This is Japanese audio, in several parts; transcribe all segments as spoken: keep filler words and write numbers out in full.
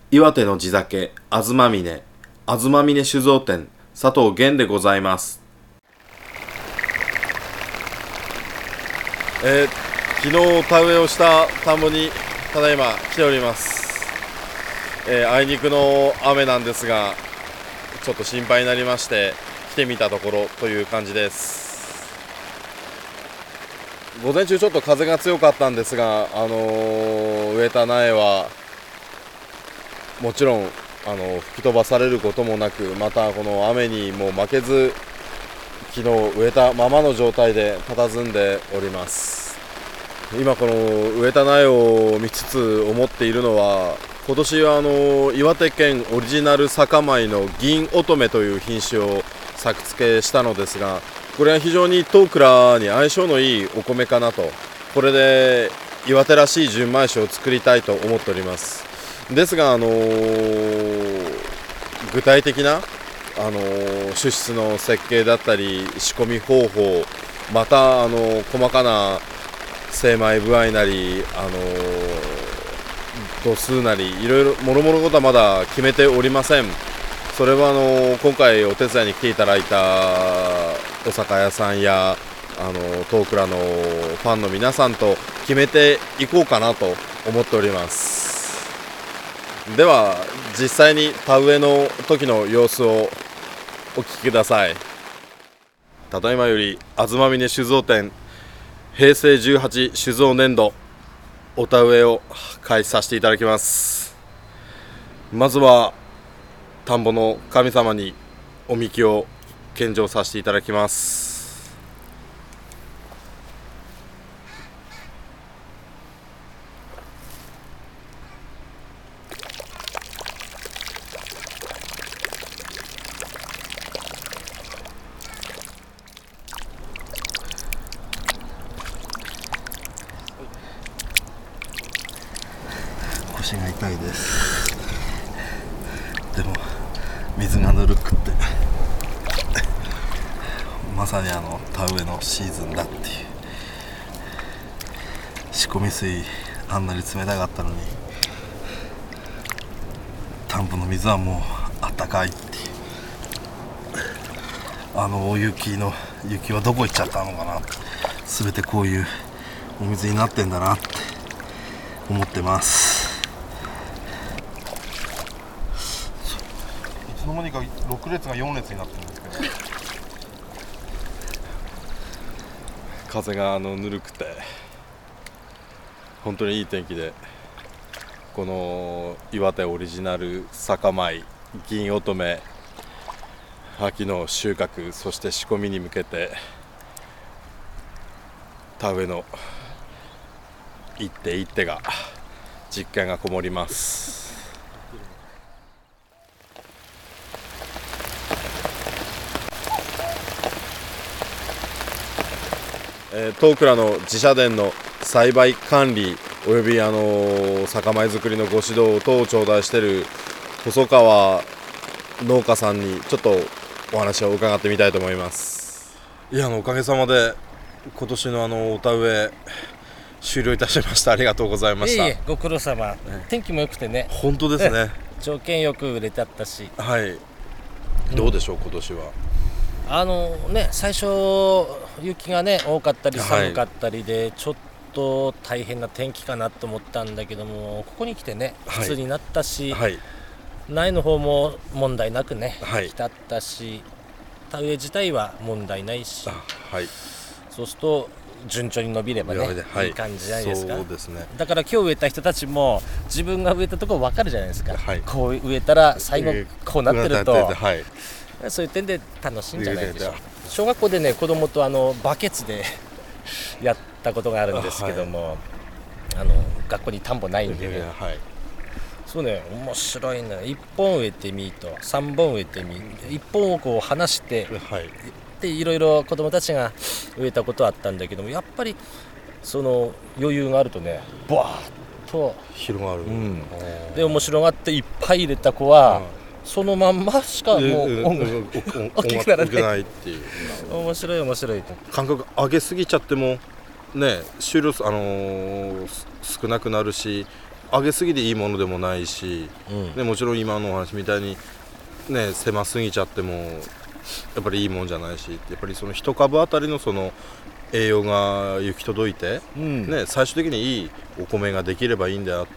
岩手の地酒、あずまみね、あずまみね酒造店、佐藤源でございます。えー、昨日田植えをした田んぼにただいま来ております。えー、あいにくの雨なんですが、ちょっと心配になりまして来てみたところという感じです。午前中ちょっと風が強かったんですが、あのー、植えた苗はもちろんあの吹き飛ばされることもなく、またこの雨にも負けず昨日植えたままの状態で佇んでおります。今この植えた苗を見つつ思っているのは、今年はあの岩手県オリジナル酒米の銀乙女という品種を作付けしたのですが、これは非常にトークラに相性のいいお米かなと、これで岩手らしい純米酒を作りたいと思っております。ですが、あのー、具体的な、あのー、酒質の設計だったり仕込み方法、また、あのー、細かな精米具合なり、あのー、度数なり、いろいろもろもろことはまだ決めておりません。それはあのー、今回お手伝いに来ていただいたお酒屋さんや、あのー、トークラのファンの皆さんと決めていこうかなと思っております。では実際に田植えの時の様子をお聞きください。ただいまよりあずまみね酒造店へいせいじゅうはち酒造年度お田植えを開始させていただきます。まずは田んぼの神様におみきを献上させていただきます。 腰が痛いです。でも水がぬるくってまさにあの田植えのシーズンだっていう。仕込み水あんなに冷たかったのに、田んぼの水はもうあったかいっていう。あの大雪の雪はどこ行っちゃったのかな、全てこういうお水になってんだなって思ってます。いつの間にかろく列がよん列になってるんですけど風があのぬるくて本当にいい天気で、この岩手オリジナル酒米銀乙女、秋の収穫そして仕込みに向けて田植えの一手一手が実感がこもります。えー、トークラの自社殿の栽培管理およびあのー、酒米作りのご指導等を頂戴している細川農家さんにちょっとお話を伺ってみたいと思います。いや、あのおかげさまで今年のあのお田植え終了いたしました。ありがとうございました。 いえいえ、ご苦労様、ね、天気も良くてね。 本当ですね。 条件よく売れてあったし、 はい、どうでしょう、うん、今年はあのね、最初雪がね多かったり寒かったりで、はい、ちょっと大変な天気かなと思ったんだけども、ここに来てね普通になったし、はい、苗の方も問題なくね、はい、来たったし、田植え自体は問題ないし、はい、そうすると順調に伸びればね、はい、いい感じじゃないですか。 そうですね。 だから今日植えた人たちも自分が植えたところ分かるじゃないですか、はい、こう植えたら最後こうなってると、はい、そういう点で楽しいんじゃないでしょうか。小学校でね子供とあのバケツでやったことがあるんですけども、はい、あの学校に田んぼないんでね、はい、そうね、面白いね。いっぽん植えてみとさんぼん植えてみ、いっぽんをこう離して、はい、でいろいろ子供たちが植えたことはあったんだけども、やっぱりその余裕があるとねバーッと広がる、うん、 で面白がっていっぱい入れた子は、うん、そのまんましかもう大きくならないっていう面白い面白い感覚上げすぎちゃってもね収量、あのー、少なくなるし、 上げすぎていいものでもないし、 うんね、もちろん今のお話みたいに、ね、狭すぎちゃってもやっぱりいいもんじゃないし、やっぱりその一株あたりのその栄養が行き届いて、 うんね、最終的にいいお米ができればいいんであって、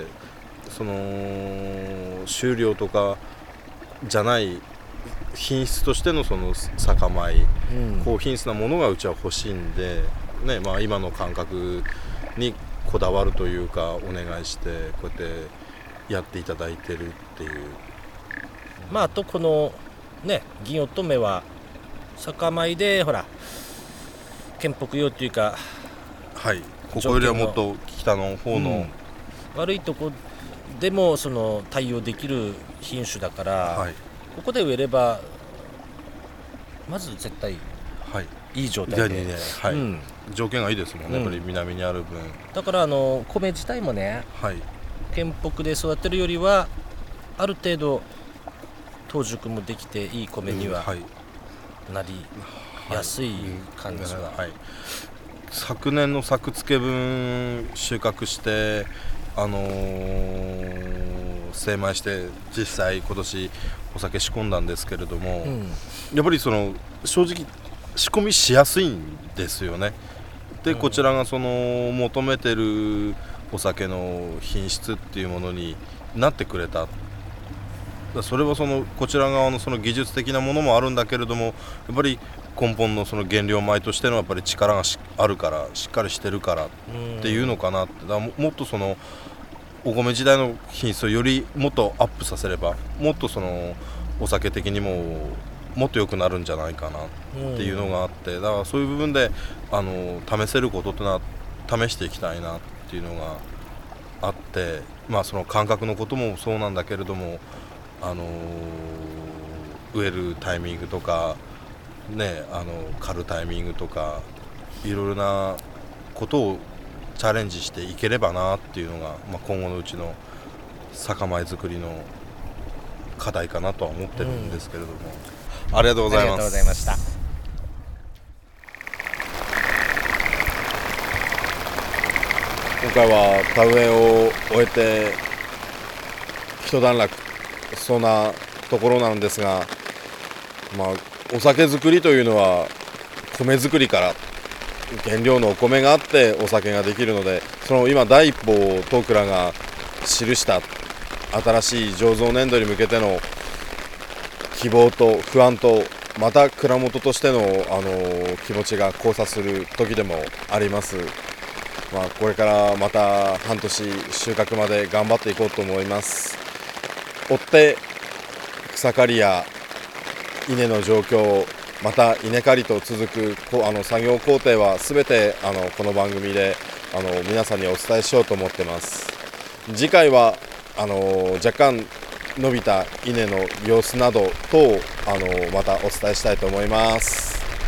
その収量とかじゃない品質としてのその酒米、 うん高品質なものがうちは欲しいんで、ね、まあ、今の感覚にこだわるというかお願いしてこうやってやっていただいてるっていう。 まああとこのね銀乙女は酒米でほら県北用っていうか、 はい、ここよりはもっと北の方の、うん、 悪いとこでもその対応できる品種だから、はい、ここで植えればまず絶対いい状態で、 ね、はい、うん、条件がいいですもんね、うん、やっぱり南にある分。 だからあの米自体もね、 はい、 県北で育てるよりはある程度当熟もできていい米にはなりやすい感じは、 はいはい、昨年の作付け分収穫して、あのー、精米して実際今年お酒仕込んだんですけれども、うん、やっぱりその正直仕込みしやすいんですよね。で、うん、こちらがその求めてるお酒の品質っていうものになってくれた。それはそのこちら側のその技術的なものもあるんだけれども、やっぱり根本のその原料米としてのやっぱり力があるから、しっかりしてるからっていうのかなって。だからもっとそのお米時代の品質をよりもっとアップさせれば、もっとそのお酒的にももっと良くなるんじゃないかなっていうのがあって、だからそういう部分であの試せることってのは試していきたいなっていうのがあって、まあその感覚のこともそうなんだけれども、あの植えるタイミングとかね、あの刈るタイミングとかいろいろなことをチャレンジしていければなっていうのが、まあ、今後のうちの酒米作りの課題かなとは思ってるんですけれども、うん、ありがとうございます。ありがとうございました。今回は田植えを終えて一段落そんなところなんですが、まあ、お酒作りというのは米作りから原料のお米があってお酒ができるので、その今第一歩を東倉が記した新しい醸造年度に向けての希望と不安と、また蔵元としての、あの気持ちが交差する時でもあります。まあ、これからまた半年収穫まで頑張っていこうと思います。追って草刈りや稲の状況、また稲刈りと続くあの作業工程はすべてあのこの番組であの皆さんにお伝えしようと思ってます。次回はあの若干伸びた稲の様子など等あのまたお伝えしたいと思います。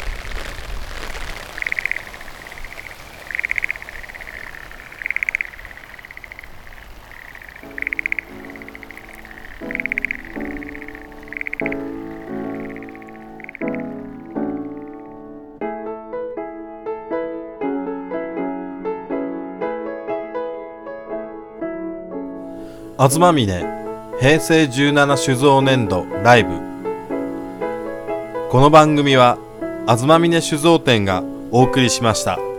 東峰平成じゅうなな酒造年度ライブ。この番組は東峰酒造店がお送りしました。